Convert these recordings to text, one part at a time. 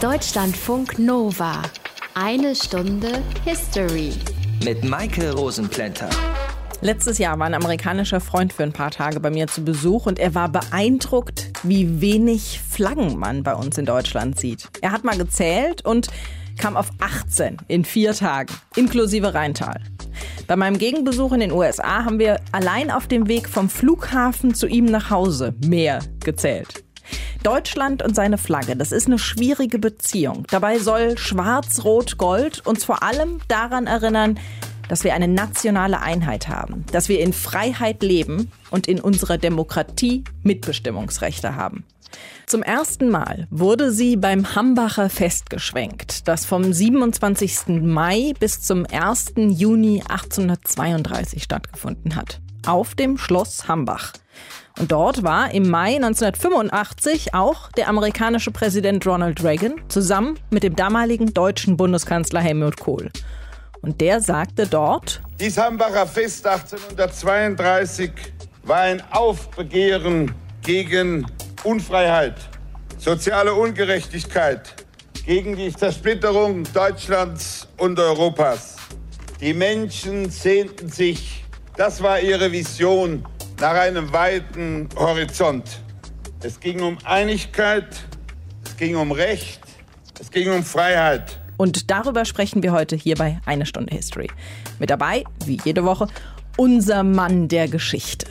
Deutschlandfunk Nova. Eine Stunde History. Mit Maike Rosenplanter. Letztes Jahr war ein amerikanischer Freund für ein paar Tage bei mir zu Besuch und er war beeindruckt, wie wenig Flaggen man bei uns in Deutschland sieht. Er hat mal gezählt und kam auf 18 in 4 Tagen, inklusive Rheintal. Bei meinem Gegenbesuch in den USA haben wir allein auf dem Weg vom Flughafen zu ihm nach Hause mehr gezählt. Deutschland und seine Flagge, das ist eine schwierige Beziehung. Dabei soll Schwarz-Rot-Gold uns vor allem daran erinnern, dass wir eine nationale Einheit haben, dass wir in Freiheit leben und in unserer Demokratie Mitbestimmungsrechte haben. Zum ersten Mal wurde sie beim Hambacher Fest geschwenkt, das vom 27. Mai bis zum 1. Juni 1832 stattgefunden hat. Auf dem Schloss Hambach. Und dort war im Mai 1985 auch der amerikanische Präsident Ronald Reagan zusammen mit dem damaligen deutschen Bundeskanzler Helmut Kohl. Und der sagte dort: Dies Hambacher Fest 1832 war ein Aufbegehren gegen Unfreiheit, soziale Ungerechtigkeit, gegen die Zersplitterung Deutschlands und Europas. Die Menschen sehnten sich, das war ihre Vision, nach einem weiten Horizont. Es ging um Einigkeit, es ging um Recht, es ging um Freiheit. Und darüber sprechen wir heute hier bei Eine Stunde History. Mit dabei, wie jede Woche, unser Mann der Geschichte.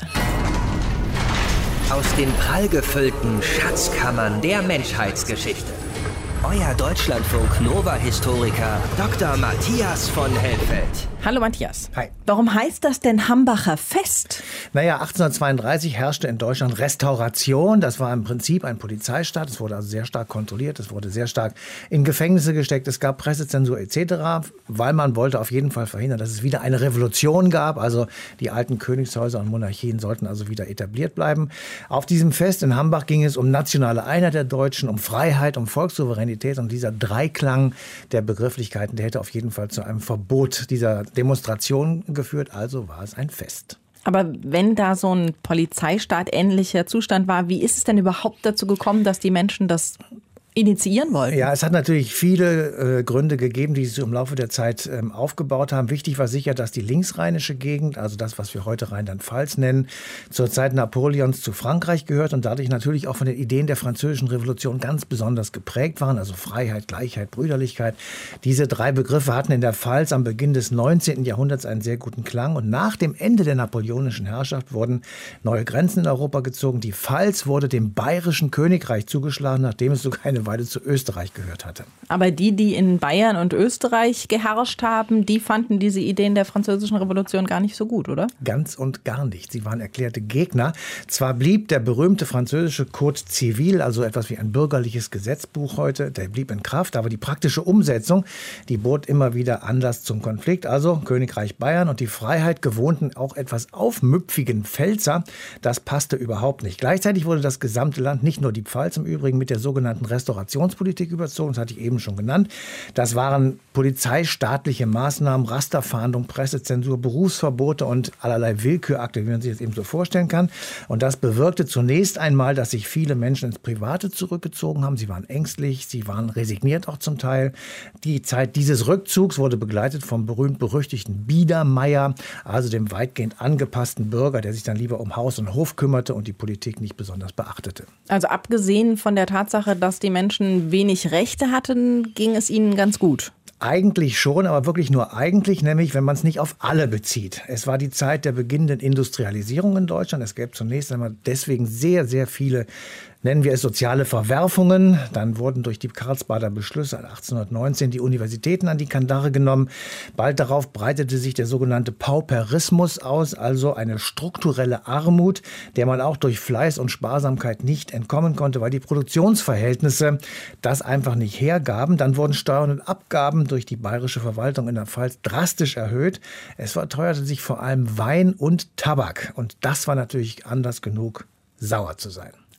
Aus den prallgefüllten Schatzkammern der Menschheitsgeschichte. Euer Deutschlandfunk Nova-Historiker Dr. Matthias von Helfeld. Hallo Matthias. Hi. Warum heißt das denn Hambacher Fest? Naja, 1832 herrschte in Deutschland Restauration. Das war im Prinzip ein Polizeistaat. Es wurde also sehr stark kontrolliert. Es wurde sehr stark in Gefängnisse gesteckt. Es gab Pressezensur etc., weil man wollte auf jeden Fall verhindern, dass es wieder eine Revolution gab. Also die alten Königshäuser und Monarchien sollten also wieder etabliert bleiben. Auf diesem Fest in Hambach ging es um nationale Einheit der Deutschen, um Freiheit, um Volkssouveränität. Und dieser Dreiklang der Begrifflichkeiten, der hätte auf jeden Fall zu einem Verbot dieser Demonstration geführt. Also war es ein Fest. Aber wenn da so ein Polizeistaat-ähnlicher Zustand war, wie ist es denn überhaupt dazu gekommen, dass die Menschen das initiieren wollten? Ja, es hat natürlich viele Gründe gegeben, die sich im Laufe der Zeit aufgebaut haben. Wichtig war sicher, dass die linksrheinische Gegend, also das, was wir heute Rheinland-Pfalz nennen, zur Zeit Napoleons zu Frankreich gehört und dadurch natürlich auch von den Ideen der Französischen Revolution ganz besonders geprägt waren. Also Freiheit, Gleichheit, Brüderlichkeit. Diese 3 Begriffe hatten in der Pfalz am Beginn des 19. Jahrhunderts einen sehr guten Klang. Und nach dem Ende der napoleonischen Herrschaft wurden neue Grenzen in Europa gezogen. Die Pfalz wurde dem Bayerischen Königreich zugeschlagen, nachdem es sogar eine Weile zu Österreich gehört hatte. Aber die in Bayern und Österreich geherrscht haben, die fanden diese Ideen der Französischen Revolution gar nicht so gut, oder? Ganz und gar nicht. Sie waren erklärte Gegner. Zwar blieb der berühmte französische Code Civil, also etwas wie ein bürgerliches Gesetzbuch heute, der blieb in Kraft, aber die praktische Umsetzung, die bot immer wieder Anlass zum Konflikt. Also Königreich Bayern und die Freiheit gewohnten auch etwas aufmüpfigen Pfälzer, das passte überhaupt nicht. Gleichzeitig wurde das gesamte Land, nicht nur die Pfalz im Übrigen, mit der sogenannten Restaurationspolitik überzogen, das hatte ich eben schon genannt. Das waren polizeistaatliche Maßnahmen, Rasterfahndung, Pressezensur, Berufsverbote und allerlei Willkürakte, wie man sich das eben so vorstellen kann. Und das bewirkte zunächst einmal, dass sich viele Menschen ins Private zurückgezogen haben. Sie waren ängstlich, sie waren resigniert auch zum Teil. Die Zeit dieses Rückzugs wurde begleitet vom berühmt-berüchtigten Biedermeier, also dem weitgehend angepassten Bürger, der sich dann lieber um Haus und Hof kümmerte und die Politik nicht besonders beachtete. Also abgesehen von der Tatsache, dass die Menschen wenig Rechte hatten, ging es ihnen ganz gut. Eigentlich schon, aber wirklich nur eigentlich, nämlich wenn man es nicht auf alle bezieht. Es war die Zeit der beginnenden Industrialisierung in Deutschland. Es gab zunächst einmal deswegen sehr, sehr viele, nennen wir es soziale Verwerfungen. Dann wurden durch die Karlsbader Beschlüsse 1819 die Universitäten an die Kandare genommen. Bald darauf breitete sich der sogenannte Pauperismus aus, also eine strukturelle Armut, der man auch durch Fleiß und Sparsamkeit nicht entkommen konnte, weil die Produktionsverhältnisse das einfach nicht hergaben. Dann wurden Steuern und Abgaben durch die bayerische Verwaltung in der Pfalz drastisch erhöht. Es verteuerte sich vor allem Wein und Tabak. Und das war natürlich Anlass genug, sauer zu sein.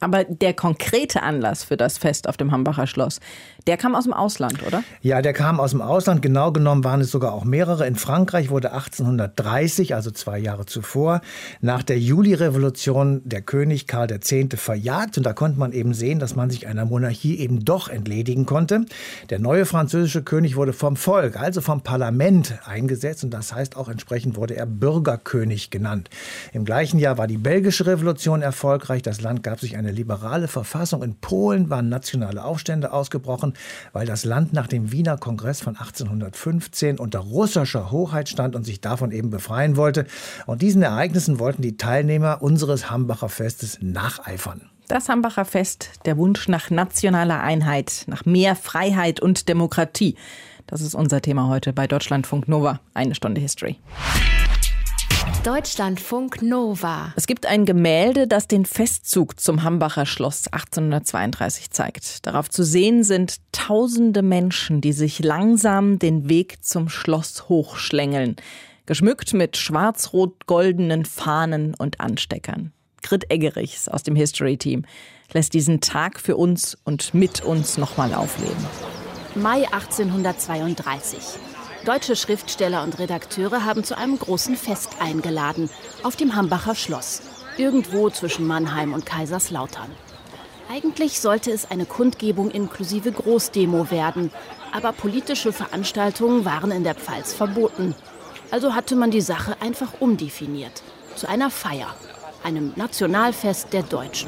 Aber der konkrete Anlass für das Fest auf dem Hambacher Schloss, der kam aus dem Ausland, oder? Ja, der kam aus dem Ausland. Genau genommen waren es sogar auch mehrere. In Frankreich wurde 1830, also 2 Jahre zuvor, nach der Julirevolution der König Karl X. verjagt. Und da konnte man eben sehen, dass man sich einer Monarchie eben doch entledigen konnte. Der neue französische König wurde vom Volk, also vom Parlament eingesetzt. Und das heißt auch entsprechend wurde er Bürgerkönig genannt. Im gleichen Jahr war die belgische Revolution erfolgreich. Das Land gab sich eine liberale Verfassung. In Polen waren nationale Aufstände ausgebrochen, weil das Land nach dem Wiener Kongress von 1815 unter russischer Hoheit stand und sich davon eben befreien wollte. Und diesen Ereignissen wollten die Teilnehmer unseres Hambacher Festes nacheifern. Das Hambacher Fest, der Wunsch nach nationaler Einheit, nach mehr Freiheit und Demokratie. Das ist unser Thema heute bei Deutschlandfunk Nova. 1 Stunde History. Deutschlandfunk Nova. Es gibt ein Gemälde, das den Festzug zum Hambacher Schloss 1832 zeigt. Darauf zu sehen sind tausende Menschen, die sich langsam den Weg zum Schloss hochschlängeln. Geschmückt mit schwarz-rot-goldenen Fahnen und Ansteckern. Grit Eggerichs aus dem History-Team lässt diesen Tag für uns und mit uns nochmal aufleben. Mai 1832. Deutsche Schriftsteller und Redakteure haben zu einem großen Fest eingeladen, auf dem Hambacher Schloss, irgendwo zwischen Mannheim und Kaiserslautern. Eigentlich sollte es eine Kundgebung inklusive Großdemo werden, aber politische Veranstaltungen waren in der Pfalz verboten. Also hatte man die Sache einfach umdefiniert, zu einer Feier, einem Nationalfest der Deutschen.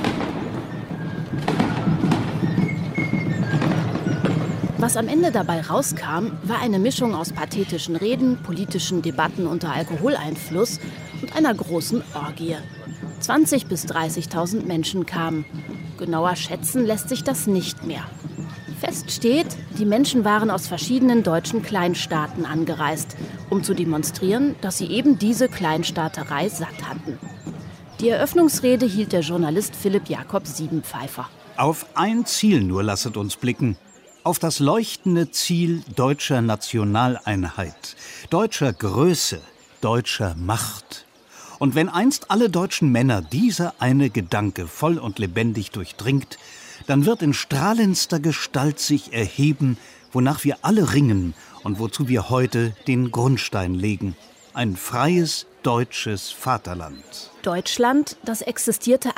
Was am Ende dabei rauskam, war eine Mischung aus pathetischen Reden, politischen Debatten unter Alkoholeinfluss und einer großen Orgie. 20.000 bis 30.000 Menschen kamen. Genauer schätzen lässt sich das nicht mehr. Fest steht, die Menschen waren aus verschiedenen deutschen Kleinstaaten angereist, um zu demonstrieren, dass sie eben diese Kleinstaaterei satt hatten. Die Eröffnungsrede hielt der Journalist Philipp Jakob Siebenpfeifer. Auf ein Ziel nur lasset uns blicken. Auf das leuchtende Ziel deutscher Nationaleinheit, deutscher Größe, deutscher Macht. Und wenn einst alle deutschen Männer dieser eine Gedanke voll und lebendig durchdringt, dann wird in strahlendster Gestalt sich erheben, wonach wir alle ringen und wozu wir heute den Grundstein legen. Ein freies deutsches Vaterland. Deutschland, das existierte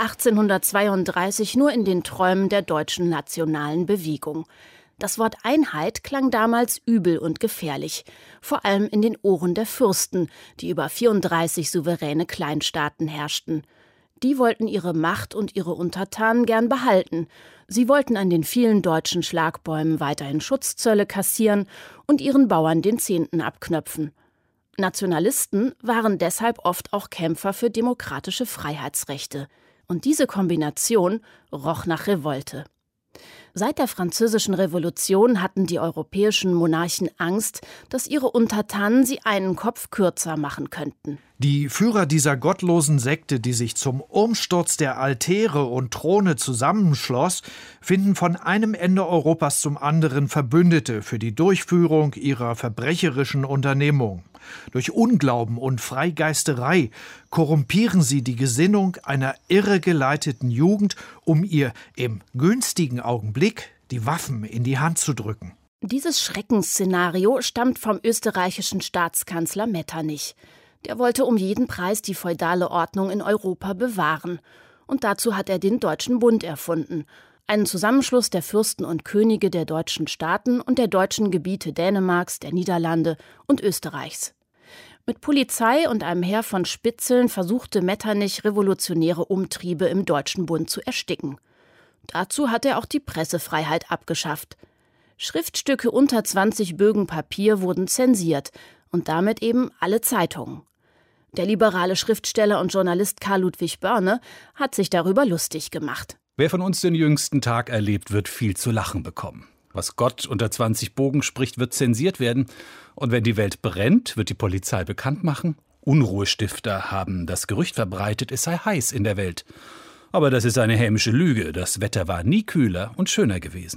1832 nur in den Träumen der deutschen nationalen Bewegung. Das Wort Einheit klang damals übel und gefährlich, vor allem in den Ohren der Fürsten, die über 34 souveräne Kleinstaaten herrschten. Die wollten ihre Macht und ihre Untertanen gern behalten. Sie wollten an den vielen deutschen Schlagbäumen weiterhin Schutzzölle kassieren und ihren Bauern den Zehnten abknöpfen. Nationalisten waren deshalb oft auch Kämpfer für demokratische Freiheitsrechte. Und diese Kombination roch nach Revolte. Seit der Französischen Revolution hatten die europäischen Monarchen Angst, dass ihre Untertanen sie einen Kopf kürzer machen könnten. Die Führer dieser gottlosen Sekte, die sich zum Umsturz der Altäre und Throne zusammenschloss, finden von einem Ende Europas zum anderen Verbündete für die Durchführung ihrer verbrecherischen Unternehmung. Durch Unglauben und Freigeisterei korrumpieren sie die Gesinnung einer irregeleiteten Jugend, um ihr im günstigen Augenblick die Waffen in die Hand zu drücken. Dieses Schreckensszenario stammt vom österreichischen Staatskanzler Metternich. Der wollte um jeden Preis die feudale Ordnung in Europa bewahren. Und dazu hat er den Deutschen Bund erfunden. Einen Zusammenschluss der Fürsten und Könige der deutschen Staaten und der deutschen Gebiete Dänemarks, der Niederlande und Österreichs. Mit Polizei und einem Heer von Spitzeln versuchte Metternich, revolutionäre Umtriebe im Deutschen Bund zu ersticken. Dazu hat er auch die Pressefreiheit abgeschafft. Schriftstücke unter 20 Bögen Papier wurden zensiert und damit eben alle Zeitungen. Der liberale Schriftsteller und Journalist Karl Ludwig Börne hat sich darüber lustig gemacht. Wer von uns den jüngsten Tag erlebt, wird viel zu lachen bekommen. Was Gott unter 20 Bogen spricht, wird zensiert werden. Und wenn die Welt brennt, wird die Polizei bekannt machen. Unruhestifter haben das Gerücht verbreitet, es sei heiß in der Welt. Aber das ist eine hämische Lüge. Das Wetter war nie kühler und schöner gewesen.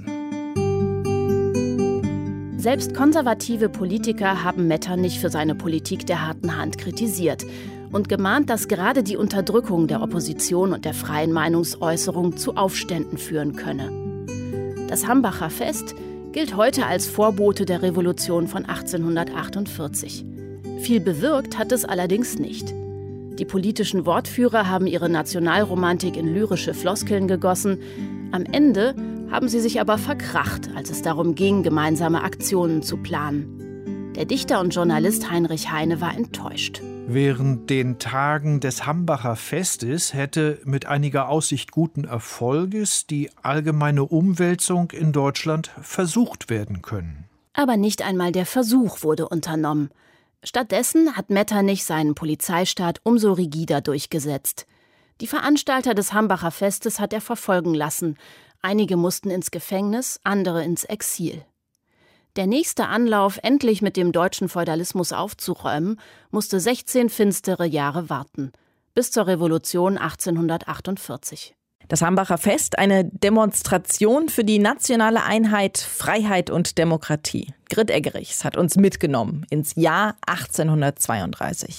Selbst konservative Politiker haben Metternich für seine Politik der harten Hand kritisiert. und gemahnt, dass gerade die Unterdrückung der Opposition und der freien Meinungsäußerung zu Aufständen führen könne. Das Hambacher Fest gilt heute als Vorbote der Revolution von 1848. Viel bewirkt hat es allerdings nicht. Die politischen Wortführer haben ihre Nationalromantik in lyrische Floskeln gegossen. Am Ende haben sie sich aber verkracht, als es darum ging, gemeinsame Aktionen zu planen. Der Dichter und Journalist Heinrich Heine war enttäuscht. Während den Tagen des Hambacher Festes hätte mit einiger Aussicht guten Erfolges die allgemeine Umwälzung in Deutschland versucht werden können. Aber nicht einmal der Versuch wurde unternommen. Stattdessen hat Metternich seinen Polizeistaat umso rigider durchgesetzt. Die Veranstalter des Hambacher Festes hat er verfolgen lassen. Einige mussten ins Gefängnis, andere ins Exil. Der nächste Anlauf, endlich mit dem deutschen Feudalismus aufzuräumen, musste 16 finstere Jahre warten. Bis zur Revolution 1848. Das Hambacher Fest, eine Demonstration für die nationale Einheit, Freiheit und Demokratie. Grit Eggerichs hat uns mitgenommen ins Jahr 1832.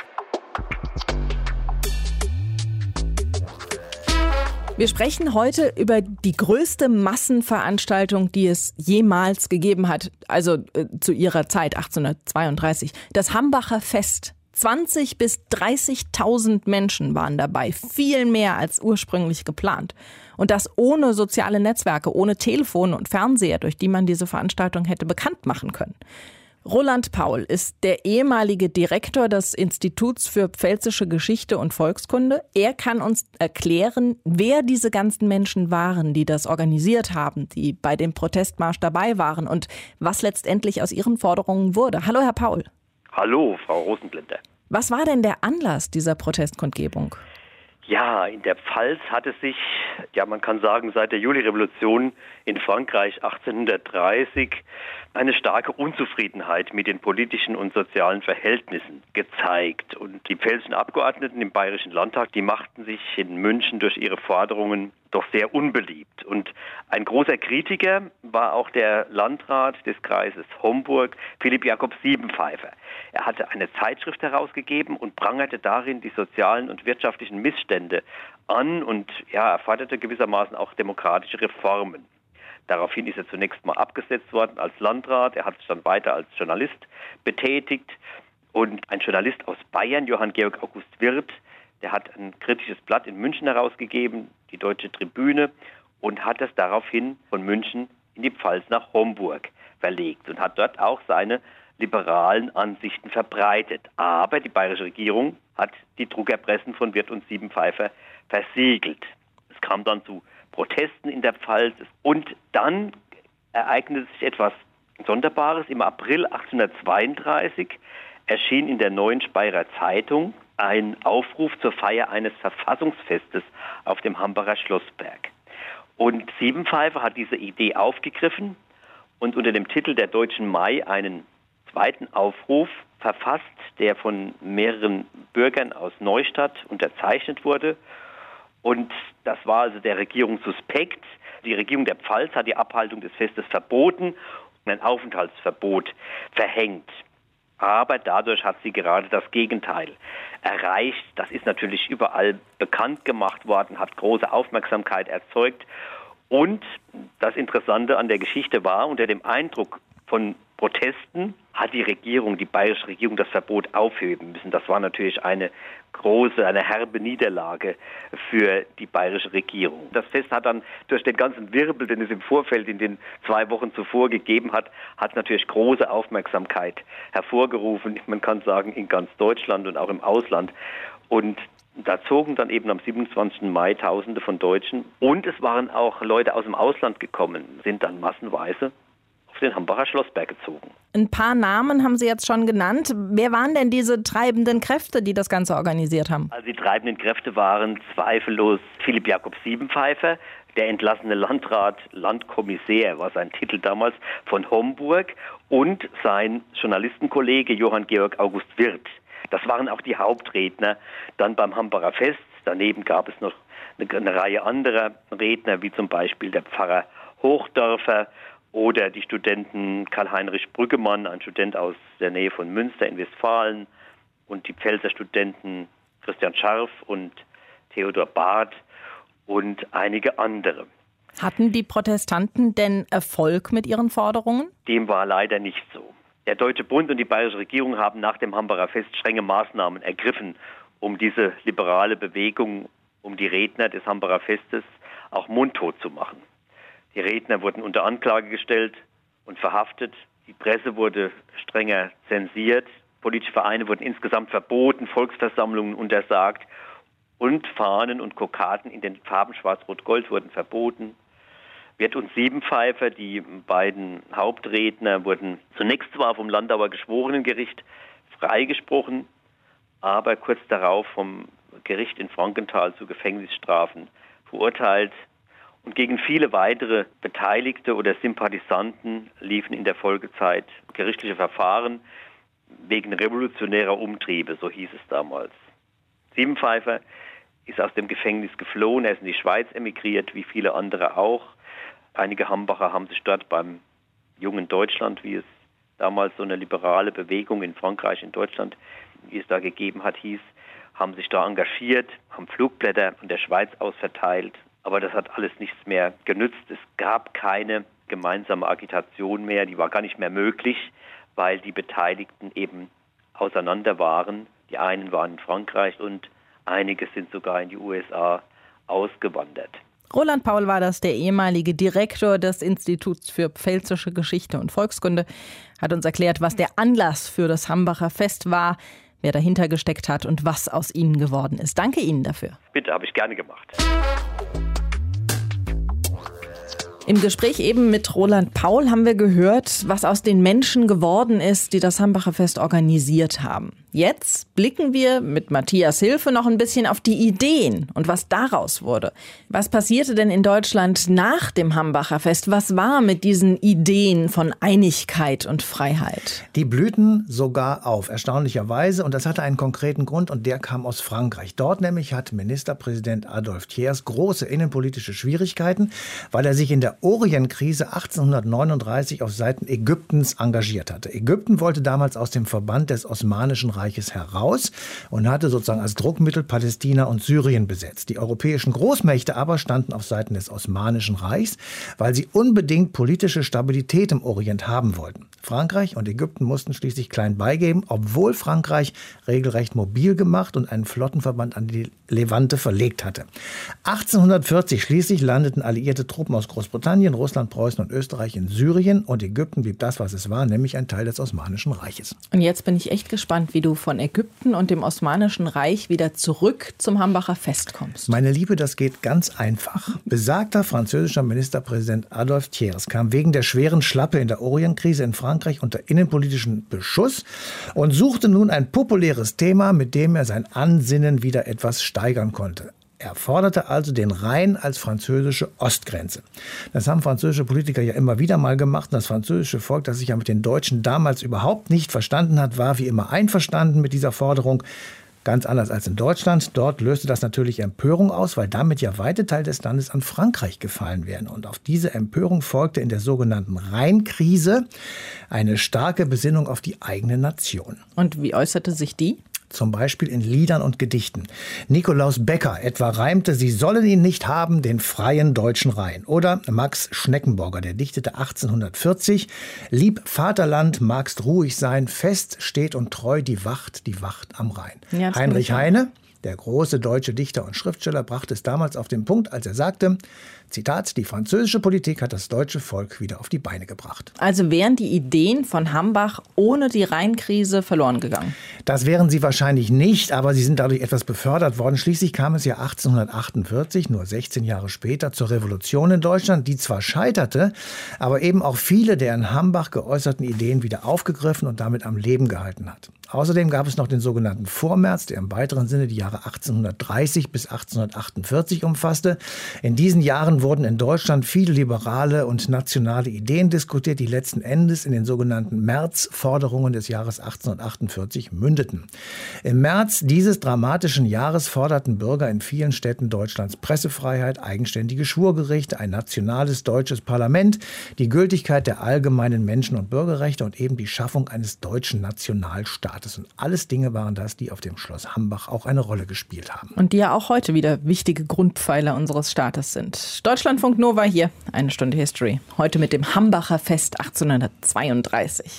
Wir sprechen heute über die größte Massenveranstaltung, die es jemals gegeben hat, also zu ihrer Zeit, 1832. Das Hambacher Fest. 20.000 bis 30.000 Menschen waren dabei, viel mehr als ursprünglich geplant. Und das ohne soziale Netzwerke, ohne Telefone und Fernseher, durch die man diese Veranstaltung hätte bekannt machen können. Roland Paul ist der ehemalige Direktor des Instituts für Pfälzische Geschichte und Volkskunde. Er kann uns erklären, wer diese ganzen Menschen waren, die das organisiert haben, die bei dem Protestmarsch dabei waren und was letztendlich aus ihren Forderungen wurde. Hallo, Herr Paul. Hallo, Frau Rosenblender. Was war denn der Anlass dieser Protestkundgebung? Ja, in der Pfalz hat es sich, man kann sagen, seit der Julirevolution in Frankreich 1830 eine starke Unzufriedenheit mit den politischen und sozialen Verhältnissen gezeigt. Und die pfälzischen Abgeordneten im Bayerischen Landtag, die machten sich in München durch ihre Forderungen doch sehr unbeliebt. Und ein großer Kritiker war auch der Landrat des Kreises Homburg, Philipp Jakob Siebenpfeifer. Er hatte eine Zeitschrift herausgegeben und prangerte darin die sozialen und wirtschaftlichen Missstände an und er forderte gewissermaßen auch demokratische Reformen. Daraufhin ist er zunächst mal abgesetzt worden als Landrat. Er hat sich dann weiter als Journalist betätigt. Und ein Journalist aus Bayern, Johann Georg August Wirth, der hat ein kritisches Blatt in München herausgegeben, die Deutsche Tribüne, und hat es daraufhin von München in die Pfalz nach Homburg verlegt und hat dort auch seine liberalen Ansichten verbreitet. Aber die bayerische Regierung hat die Druckerpressen von Wirth und Siebenpfeifer versiegelt. Es kam dann zu Protesten in der Pfalz und dann ereignete sich etwas Sonderbares. Im April 1832 erschien in der Neuen Speyerer Zeitung ein Aufruf zur Feier eines Verfassungsfestes auf dem Hambacher Schlossberg. Und Siebenpfeifer hat diese Idee aufgegriffen und unter dem Titel Der Deutschen Mai einen zweiten Aufruf verfasst, der von mehreren Bürgern aus Neustadt unterzeichnet wurde. Und das war also der Regierung suspekt. Die Regierung der Pfalz hat die Abhaltung des Festes verboten und ein Aufenthaltsverbot verhängt. Aber dadurch hat sie gerade das Gegenteil erreicht. Das ist natürlich überall bekannt gemacht worden, hat große Aufmerksamkeit erzeugt. Und das Interessante an der Geschichte war, unter dem Eindruck von Protesten hat die bayerische Regierung das Verbot aufheben müssen. Das war natürlich eine herbe Niederlage für die bayerische Regierung. Das Fest hat dann durch den ganzen Wirbel, den es im Vorfeld in den 2 Wochen zuvor gegeben hat natürlich große Aufmerksamkeit hervorgerufen. Man kann sagen, in ganz Deutschland und auch im Ausland. Und da zogen dann eben am 27. Mai Tausende von Deutschen und es waren auch Leute aus dem Ausland gekommen, sind dann massenweise auf den Hambacher Schlossberg gezogen. Ein paar Namen haben Sie jetzt schon genannt. Wer waren denn diese treibenden Kräfte, die das Ganze organisiert haben? Also die treibenden Kräfte waren zweifellos Philipp Jakob Siebenpfeifer, der entlassene Landrat, Landkommissär war sein Titel damals, von Homburg und sein Journalistenkollege Johann Georg August Wirth. Das waren auch die Hauptredner dann beim Hambacher Fest. Daneben gab es noch eine Reihe anderer Redner, wie zum Beispiel der Pfarrer Hochdörfer oder die Studenten Karl-Heinrich Brüggemann, ein Student aus der Nähe von Münster in Westfalen, und die Pfälzer Studenten Christian Scharf und Theodor Barth und einige andere. Hatten die Protestanten denn Erfolg mit ihren Forderungen? Dem war leider nicht so. Der Deutsche Bund und die bayerische Regierung haben nach dem Hambacher Fest strenge Maßnahmen ergriffen, um diese liberale Bewegung, um die Redner des Hambacher Festes auch mundtot zu machen. Die Redner wurden unter Anklage gestellt und verhaftet. Die Presse wurde strenger zensiert. Politische Vereine wurden insgesamt verboten, Volksversammlungen untersagt und Fahnen und Kokarden in den Farben Schwarz-Rot-Gold wurden verboten. Wirt und Siebenpfeifer, die beiden Hauptredner, wurden zunächst zwar vom Landauer Geschworenengericht freigesprochen, aber kurz darauf vom Gericht in Frankenthal zu Gefängnisstrafen verurteilt. Und gegen viele weitere Beteiligte oder Sympathisanten liefen in der Folgezeit gerichtliche Verfahren wegen revolutionärer Umtriebe, so hieß es damals. Siebenpfeifer ist aus dem Gefängnis geflohen, er ist in die Schweiz emigriert, wie viele andere auch. Einige Hambacher haben sich dort beim Jungen Deutschland, wie es damals so eine liberale Bewegung in Frankreich, in Deutschland, wie es da gegeben hat, hieß, haben sich da engagiert, haben Flugblätter von der Schweiz aus verteilt. Aber das hat alles nichts mehr genützt. Es gab keine gemeinsame Agitation mehr, die war gar nicht mehr möglich, weil die Beteiligten eben auseinander waren. Die einen waren in Frankreich und einige sind sogar in die USA ausgewandert. Roland Paul war das, der ehemalige Direktor des Instituts für Pfälzische Geschichte und Volkskunde, hat uns erklärt, was der Anlass für das Hambacher Fest war, wer dahinter gesteckt hat und was aus ihnen geworden ist. Danke Ihnen dafür. Bitte, habe ich gerne gemacht. Im Gespräch eben mit Roland Paul haben wir gehört, was aus den Menschen geworden ist, die das Hambacher Fest organisiert haben. Jetzt blicken wir mit Matthias Hilfe noch ein bisschen auf die Ideen und was daraus wurde. Was passierte denn in Deutschland nach dem Hambacher Fest? Was war mit diesen Ideen von Einigkeit und Freiheit? Die blühten sogar auf, erstaunlicherweise. Und das hatte einen konkreten Grund und der kam aus Frankreich. Dort nämlich hat Ministerpräsident Adolphe Thiers große innenpolitische Schwierigkeiten, weil er sich in der Orienkrise 1839 auf Seiten Ägyptens engagiert hatte. Ägypten wollte damals aus dem Verband des Osmanischen Reiches heraus und hatte sozusagen als Druckmittel Palästina und Syrien besetzt. Die europäischen Großmächte aber standen auf Seiten des Osmanischen Reichs, weil sie unbedingt politische Stabilität im Orient haben wollten. Frankreich und Ägypten mussten schließlich klein beigeben, obwohl Frankreich regelrecht mobil gemacht und einen Flottenverband an die Levante verlegt hatte. 1840 schließlich landeten alliierte Truppen aus Großbritannien, Russland, Preußen und Österreich in Syrien und Ägypten blieb das, was es war, nämlich ein Teil des Osmanischen Reiches. Und jetzt bin ich echt gespannt, wie du von Ägypten und dem Osmanischen Reich wieder zurück zum Hambacher Fest kommst. Meine Liebe, das geht ganz einfach. Besagter französischer Ministerpräsident Adolphe Thiers kam wegen der schweren Schlappe in der Orienkrise in Frankreich unter innenpolitischen Beschuss und suchte nun ein populäres Thema, mit dem er sein Ansinnen wieder etwas steigern konnte. Er forderte also den Rhein als französische Ostgrenze. Das haben französische Politiker ja immer wieder mal gemacht. Das französische Volk, das sich ja mit den Deutschen damals überhaupt nicht verstanden hat, war wie immer einverstanden mit dieser Forderung. Ganz anders als in Deutschland. Dort löste das natürlich Empörung aus, weil damit ja weite Teile des Landes an Frankreich gefallen wären. Und auf diese Empörung folgte in der sogenannten Rheinkrise eine starke Besinnung auf die eigene Nation. Und wie äußerte sich die? Zum Beispiel in Liedern und Gedichten. Nikolaus Becker etwa reimte, sie sollen ihn nicht haben, den freien deutschen Rhein. Oder Max Schneckenburger, der dichtete 1840, lieb Vaterland, magst ruhig sein, fest steht und treu die Wacht am Rhein. Ja, Heinrich Heine, der große deutsche Dichter und Schriftsteller, brachte es damals auf den Punkt, als er sagte, Zitat, die französische Politik hat das deutsche Volk wieder auf die Beine gebracht. Also wären die Ideen von Hambach ohne die Rheinkrise verloren gegangen? Das wären sie wahrscheinlich nicht, aber sie sind dadurch etwas befördert worden. Schließlich kam es ja 1848, nur 16 Jahre später, zur Revolution in Deutschland, die zwar scheiterte, aber eben auch viele der in Hambach geäußerten Ideen wieder aufgegriffen und damit am Leben gehalten hat. Außerdem gab es noch den sogenannten Vormärz, der im weiteren Sinne die Jahre 1830 bis 1848 umfasste. In diesen Jahren wurden in Deutschland viele liberale und nationale Ideen diskutiert, die letzten Endes in den sogenannten Märzforderungen des Jahres 1848 mündeten. Im März dieses dramatischen Jahres forderten Bürger in vielen Städten Deutschlands Pressefreiheit, eigenständige Schwurgerichte, ein nationales deutsches Parlament, die Gültigkeit der allgemeinen Menschen- und Bürgerrechte und eben die Schaffung eines deutschen Nationalstaates. Und alles Dinge waren das, die auf dem Schloss Hambach auch eine Rolle gespielt haben. Und die ja auch heute wieder wichtige Grundpfeiler unseres Staates sind. Deutschlandfunk Nova hier, eine Stunde History. Heute mit dem Hambacher Fest 1832.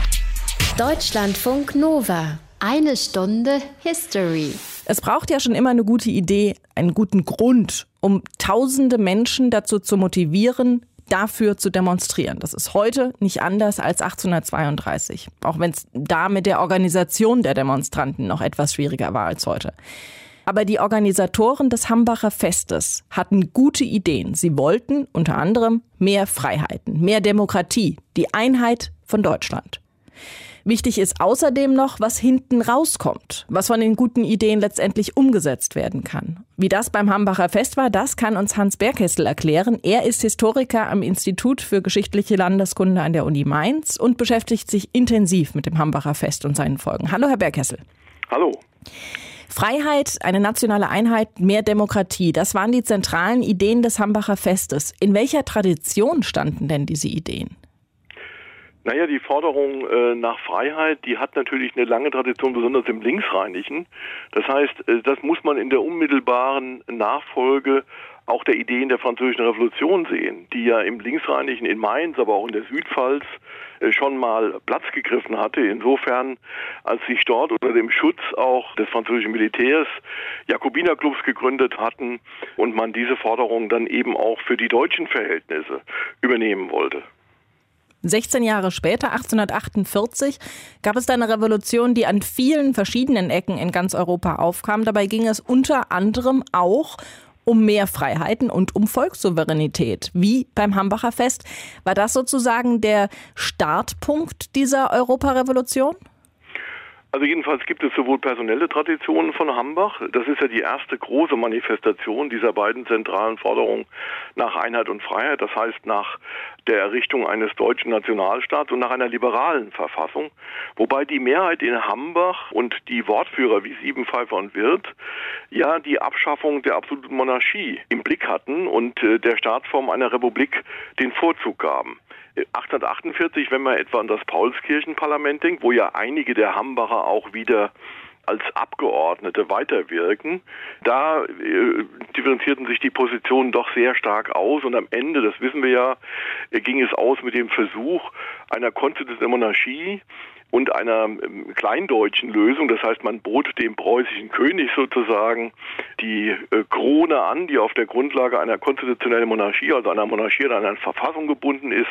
Deutschlandfunk Nova. Eine Stunde History. Es braucht ja schon immer eine gute Idee, einen guten Grund, um tausende Menschen dazu zu motivieren, dafür zu demonstrieren. Das ist heute nicht anders als 1832. Auch wenn es da mit der Organisation der Demonstranten noch etwas schwieriger war als heute. Aber die Organisatoren des Hambacher Festes hatten gute Ideen. Sie wollten unter anderem mehr Freiheiten, mehr Demokratie, die Einheit von Deutschland. Wichtig ist außerdem noch, was hinten rauskommt, was von den guten Ideen letztendlich umgesetzt werden kann. Wie das beim Hambacher Fest war, das kann uns Hans Berkessel erklären. Er ist Historiker am Institut für geschichtliche Landeskunde an der Uni Mainz und beschäftigt sich intensiv mit dem Hambacher Fest und seinen Folgen. Hallo, Herr Berkessel. Hallo. Freiheit, eine nationale Einheit, mehr Demokratie, das waren die zentralen Ideen des Hambacher Festes. In welcher Tradition standen denn diese Ideen? Naja, die Forderung nach Freiheit, die hat natürlich eine lange Tradition, besonders im Linksrheinischen. Das heißt, das muss man in der unmittelbaren Nachfolge auch der Ideen der Französischen Revolution sehen, die ja im Linksrheinischen, in Mainz, aber auch in der Südpfalz schon mal Platz gegriffen hatte. Insofern, als sich dort unter dem Schutz auch des französischen Militärs Jakobinerclubs gegründet hatten und man diese Forderung dann eben auch für die deutschen Verhältnisse übernehmen wollte. 16 Jahre später, 1848, gab es eine Revolution, die an vielen verschiedenen Ecken in ganz Europa aufkam. Dabei ging es unter anderem auch um mehr Freiheiten und um Volkssouveränität, wie beim Hambacher Fest. War das sozusagen der Startpunkt dieser Europarevolution? Also jedenfalls gibt es sowohl personelle Traditionen von Hambach, das ist ja die erste große Manifestation dieser beiden zentralen Forderungen nach Einheit und Freiheit, das heißt nach der Errichtung eines deutschen Nationalstaats und nach einer liberalen Verfassung, wobei die Mehrheit in Hambach und die Wortführer wie Siebenpfeifer und Wirth ja die Abschaffung der absoluten Monarchie im Blick hatten und der Staatsform einer Republik den Vorzug gaben. 1848, wenn man etwa an das Paulskirchenparlament denkt, wo ja einige der Hambacher auch wieder als Abgeordnete weiterwirken, da differenzierten sich die Positionen doch sehr stark aus und am Ende, das wissen wir ja, ging es aus mit dem Versuch einer konstitutionellen Monarchie und einer kleindeutschen Lösung, das heißt, man bot dem preußischen König sozusagen die Krone an, die auf der Grundlage einer konstitutionellen Monarchie, also einer Monarchie, die an eine Verfassung gebunden ist,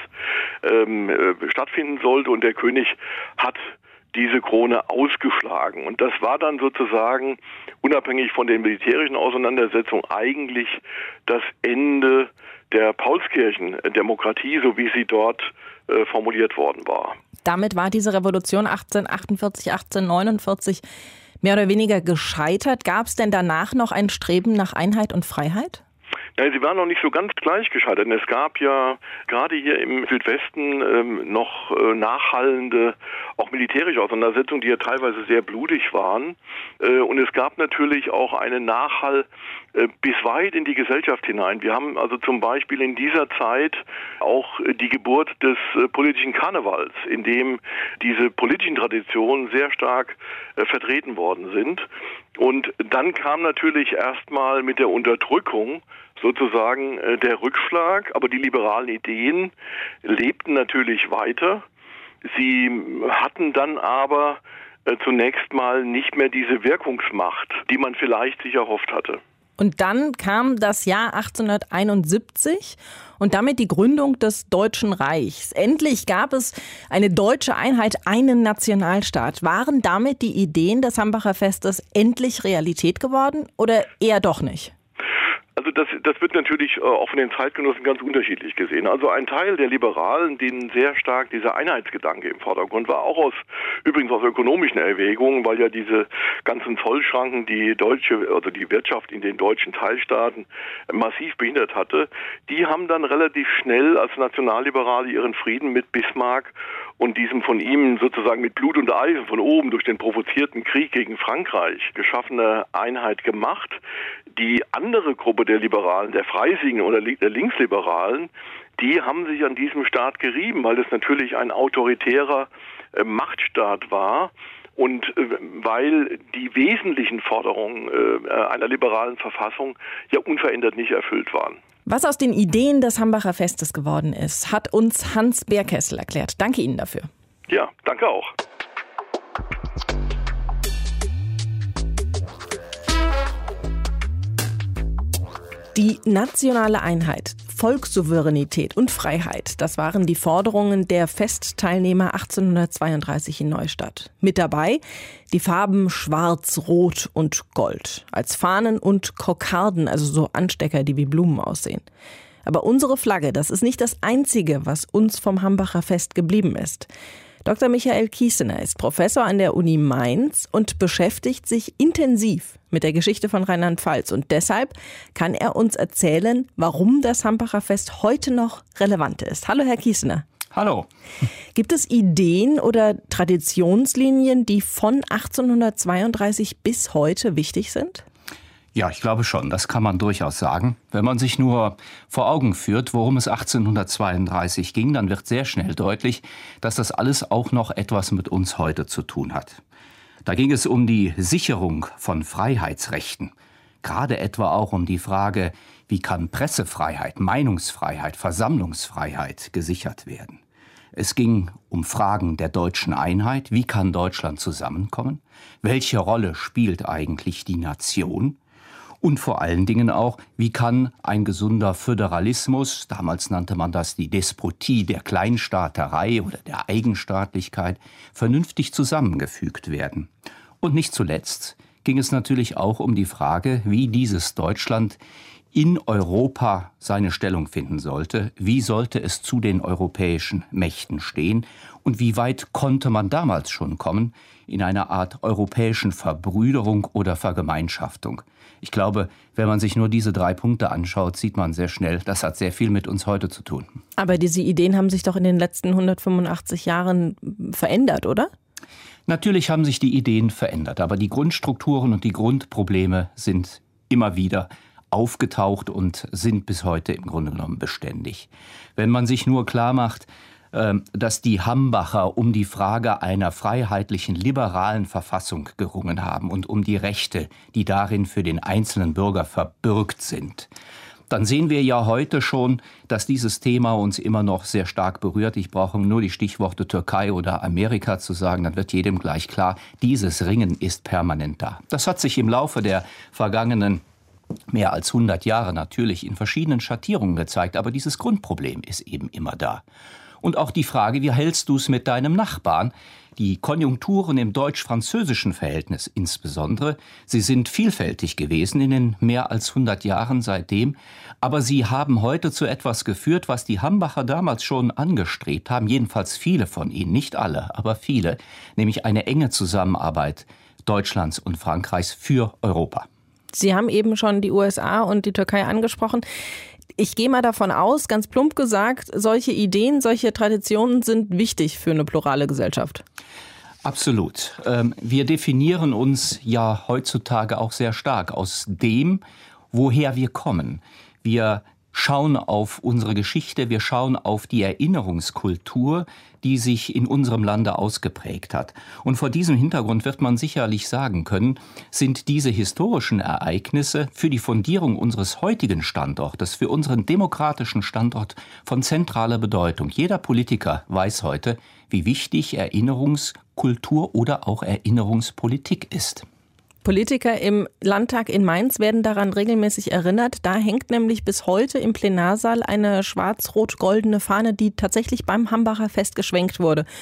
stattfinden sollte und der König hat diese Krone ausgeschlagen. Und das war dann sozusagen, unabhängig von den militärischen Auseinandersetzungen, eigentlich das Ende der Paulskirchendemokratie, so wie sie dort formuliert worden war. Damit war diese Revolution 1848, 1849 mehr oder weniger gescheitert. Gab es denn danach noch ein Streben nach Einheit und Freiheit? Ja, sie waren noch nicht so ganz gleich gescheitert. Es gab ja gerade hier im Südwesten noch nachhallende, auch militärische Auseinandersetzungen, die ja teilweise sehr blutig waren. Und es gab natürlich auch einen Nachhall bis weit in die Gesellschaft hinein. Wir haben also zum Beispiel in dieser Zeit auch die Geburt des politischen Karnevals, in dem diese politischen Traditionen sehr stark vertreten worden sind. Und dann kam natürlich erstmal mit der Unterdrückung sozusagen der Rückschlag, aber die liberalen Ideen lebten natürlich weiter. Sie hatten dann aber zunächst mal nicht mehr diese Wirkungsmacht, die man vielleicht sich erhofft hatte. Und dann kam das Jahr 1871 und damit die Gründung des Deutschen Reichs. Endlich gab es eine deutsche Einheit, einen Nationalstaat. Waren damit die Ideen des Hambacher Festes endlich Realität geworden oder eher doch nicht? Also das wird natürlich auch von den Zeitgenossen ganz unterschiedlich gesehen. Also ein Teil der Liberalen, denen sehr stark dieser Einheitsgedanke im Vordergrund war, auch übrigens aus ökonomischen Erwägungen, weil ja diese ganzen Zollschranken die Wirtschaft in den deutschen Teilstaaten massiv behindert hatte, die haben dann relativ schnell als Nationalliberale ihren Frieden mit Bismarck und diesem von ihm sozusagen mit Blut und Eisen von oben durch den provozierten Krieg gegen Frankreich geschaffene Einheit gemacht. Die andere Gruppe der Liberalen, der Freisinngen oder der Linksliberalen, die haben sich an diesem Staat gerieben, weil es natürlich ein autoritärer Machtstaat war und weil die wesentlichen Forderungen einer liberalen Verfassung ja unverändert nicht erfüllt waren. Was aus den Ideen des Hambacher Festes geworden ist, hat uns Hans Berkessel erklärt. Danke Ihnen dafür. Ja, danke auch. Die nationale Einheit, Volkssouveränität und Freiheit, das waren die Forderungen der Festteilnehmer 1832 in Neustadt. Mit dabei die Farben Schwarz, Rot und Gold. Als Fahnen und Kokarden, also so Anstecker, die wie Blumen aussehen. Aber unsere Flagge, das ist nicht das Einzige, was uns vom Hambacher Fest geblieben ist. Dr. Michael Kiesener ist Professor an der Uni Mainz und beschäftigt sich intensiv mit der Geschichte von Rheinland-Pfalz. Und deshalb kann er uns erzählen, warum das Hambacher Fest heute noch relevant ist. Hallo, Herr Kiesener. Hallo. Gibt es Ideen oder Traditionslinien, die von 1832 bis heute wichtig sind? Ja, ich glaube schon, das kann man durchaus sagen. Wenn man sich nur vor Augen führt, worum es 1832 ging, dann wird sehr schnell deutlich, dass das alles auch noch etwas mit uns heute zu tun hat. Da ging es um die Sicherung von Freiheitsrechten, gerade etwa auch um die Frage, wie kann Pressefreiheit, Meinungsfreiheit, Versammlungsfreiheit gesichert werden. Es ging um Fragen der deutschen Einheit, wie kann Deutschland zusammenkommen, welche Rolle spielt eigentlich die Nation? Und vor allen Dingen auch, wie kann ein gesunder Föderalismus, damals nannte man das die Despotie der Kleinstaaterei oder der Eigenstaatlichkeit, vernünftig zusammengefügt werden. Und nicht zuletzt ging es natürlich auch um die Frage, wie dieses Deutschland in Europa seine Stellung finden sollte. Wie sollte es zu den europäischen Mächten stehen? Und wie weit konnte man damals schon kommen in einer Art europäischen Verbrüderung oder Vergemeinschaftung? Ich glaube, wenn man sich nur diese 3 Punkte anschaut, sieht man sehr schnell, das hat sehr viel mit uns heute zu tun. Aber diese Ideen haben sich doch in den letzten 185 Jahren verändert, oder? Natürlich haben sich die Ideen verändert, aber die Grundstrukturen und die Grundprobleme sind immer wieder aufgetaucht und sind bis heute im Grunde genommen beständig. Wenn man sich nur klar macht, dass die Hambacher um die Frage einer freiheitlichen, liberalen Verfassung gerungen haben und um die Rechte, die darin für den einzelnen Bürger verbürgt sind, dann sehen wir ja heute schon, dass dieses Thema uns immer noch sehr stark berührt. Ich brauche nur die Stichworte Türkei oder Amerika zu sagen, dann wird jedem gleich klar, dieses Ringen ist permanent da. Das hat sich im Laufe der vergangenen mehr als 100 Jahre natürlich in verschiedenen Schattierungen gezeigt, aber dieses Grundproblem ist eben immer da. Und auch die Frage, wie hältst du es mit deinem Nachbarn? Die Konjunkturen im deutsch-französischen Verhältnis insbesondere, sie sind vielfältig gewesen in den mehr als 100 Jahren seitdem, aber sie haben heute zu etwas geführt, was die Hambacher damals schon angestrebt haben, jedenfalls viele von ihnen, nicht alle, aber viele, nämlich eine enge Zusammenarbeit Deutschlands und Frankreichs für Europa. Sie haben eben schon die USA und die Türkei angesprochen. Ich gehe mal davon aus, ganz plump gesagt, solche Ideen, solche Traditionen sind wichtig für eine plurale Gesellschaft. Absolut. Wir definieren uns ja heutzutage auch sehr stark aus dem, woher wir kommen. Wir schauen auf unsere Geschichte, wir schauen auf die Erinnerungskultur, die sich in unserem Lande ausgeprägt hat. Und vor diesem Hintergrund wird man sicherlich sagen können, sind diese historischen Ereignisse für die Fundierung unseres heutigen Standortes, für unseren demokratischen Standort von zentraler Bedeutung. Jeder Politiker weiß heute, wie wichtig Erinnerungskultur oder auch Erinnerungspolitik ist. Politiker im Landtag in Mainz werden daran regelmäßig erinnert. Da hängt nämlich bis heute im Plenarsaal eine schwarz-rot-goldene Fahne, die tatsächlich beim Hambacher Fest geschwenkt wurde.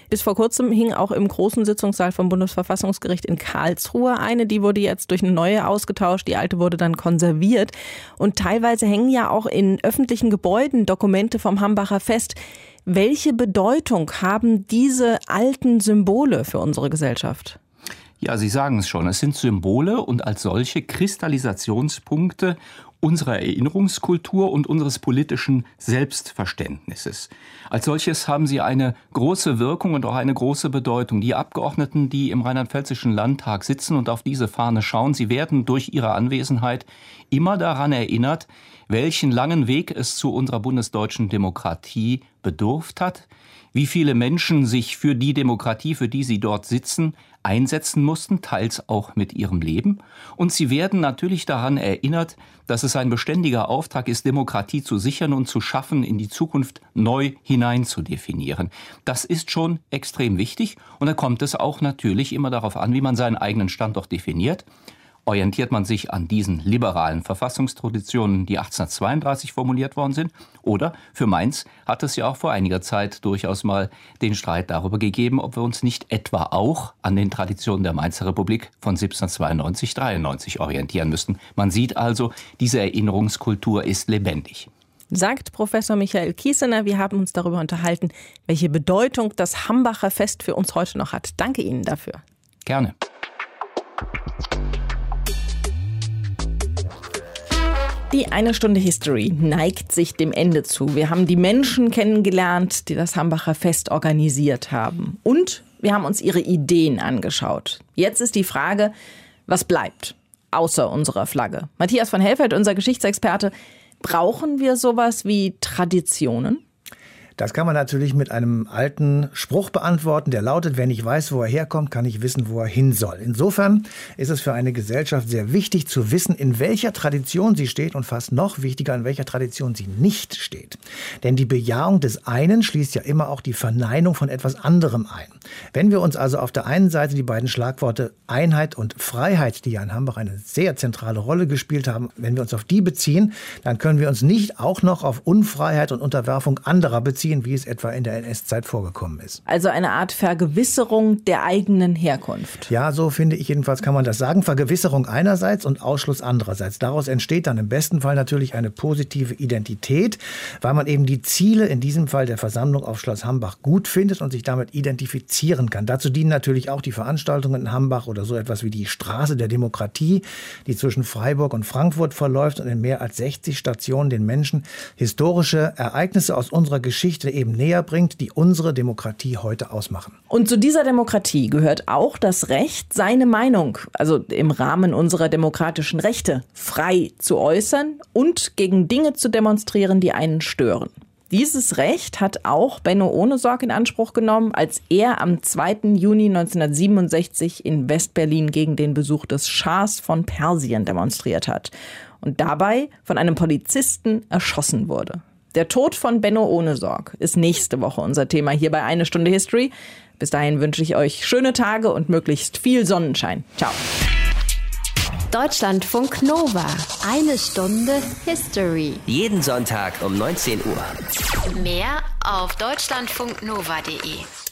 Bis vor kurzem hing auch im großen Sitzungssaal vom Bundesverfassungsgericht in Karlsruhe eine. Die wurde jetzt durch eine neue ausgetauscht. Die alte wurde dann konserviert. Und teilweise hängen ja auch in öffentlichen Gebäuden Dokumente vom Hambacher Fest. Welche Bedeutung haben diese alten Symbole für unsere Gesellschaft? Ja, Sie sagen es schon, es sind Symbole und als solche Kristallisationspunkte unserer Erinnerungskultur und unseres politischen Selbstverständnisses. Als solches haben sie eine große Wirkung und auch eine große Bedeutung. Die Abgeordneten, die im Rheinland-Pfälzischen Landtag sitzen und auf diese Fahne schauen, sie werden durch ihre Anwesenheit immer daran erinnert, welchen langen Weg es zu unserer bundesdeutschen Demokratie bedurft hat, wie viele Menschen sich für die Demokratie, für die sie dort sitzen, einsetzen mussten, teils auch mit ihrem Leben. Und sie werden natürlich daran erinnert, dass es ein beständiger Auftrag ist, Demokratie zu sichern und zu schaffen, in die Zukunft neu hinein zu definieren. Das ist schon extrem wichtig. Und da kommt es auch natürlich immer darauf an, wie man seinen eigenen Standort definiert. Orientiert man sich an diesen liberalen Verfassungstraditionen, die 1832 formuliert worden sind? Oder für Mainz hat es ja auch vor einiger Zeit durchaus mal den Streit darüber gegeben, ob wir uns nicht etwa auch an den Traditionen der Mainzer Republik von 1792, 93 orientieren müssten. Man sieht also, diese Erinnerungskultur ist lebendig. Sagt Professor Michael Kiesener. Wir haben uns darüber unterhalten, welche Bedeutung das Hambacher Fest für uns heute noch hat. Danke Ihnen dafür. Gerne. Die 1 Stunde History neigt sich dem Ende zu. Wir haben die Menschen kennengelernt, die das Hambacher Fest organisiert haben. Und wir haben uns ihre Ideen angeschaut. Jetzt ist die Frage, was bleibt außer unserer Flagge? Matthias von Helfeld, unser Geschichtsexperte, brauchen wir sowas wie Traditionen? Das kann man natürlich mit einem alten Spruch beantworten, der lautet, wer nicht weiß, wo er herkommt, kann nicht wissen, wo er hin soll. Insofern ist es für eine Gesellschaft sehr wichtig zu wissen, in welcher Tradition sie steht und fast noch wichtiger, in welcher Tradition sie nicht steht. Denn die Bejahung des einen schließt ja immer auch die Verneinung von etwas anderem ein. Wenn wir uns also auf der einen Seite die beiden Schlagworte Einheit und Freiheit, die ja in Hambach eine sehr zentrale Rolle gespielt haben, wenn wir uns auf die beziehen, dann können wir uns nicht auch noch auf Unfreiheit und Unterwerfung anderer beziehen, wie es etwa in der NS-Zeit vorgekommen ist. Also eine Art Vergewisserung der eigenen Herkunft. Ja, so finde ich jedenfalls, kann man das sagen. Vergewisserung einerseits und Ausschluss andererseits. Daraus entsteht dann im besten Fall natürlich eine positive Identität, weil man eben die Ziele, in diesem Fall der Versammlung auf Schloss Hambach, gut findet und sich damit identifizieren kann. Dazu dienen natürlich auch die Veranstaltungen in Hambach oder so etwas wie die Straße der Demokratie, die zwischen Freiburg und Frankfurt verläuft und in mehr als 60 Stationen den Menschen historische Ereignisse aus unserer Geschichte eben näher bringt, die unsere Demokratie heute ausmachen. Und zu dieser Demokratie gehört auch das Recht, seine Meinung, also im Rahmen unserer demokratischen Rechte, frei zu äußern und gegen Dinge zu demonstrieren, die einen stören. Dieses Recht hat auch Benno Ohnesorg in Anspruch genommen, als er am 2. Juni 1967 in West-Berlin gegen den Besuch des Schahs von Persien demonstriert hat und dabei von einem Polizisten erschossen wurde. Der Tod von Benno Ohnesorg ist nächste Woche unser Thema hier bei 1 Stunde History. Bis dahin wünsche ich euch schöne Tage und möglichst viel Sonnenschein. Ciao. Deutschlandfunk Nova. 1 Stunde History. Jeden Sonntag um 19 Uhr. Mehr auf deutschlandfunknova.de.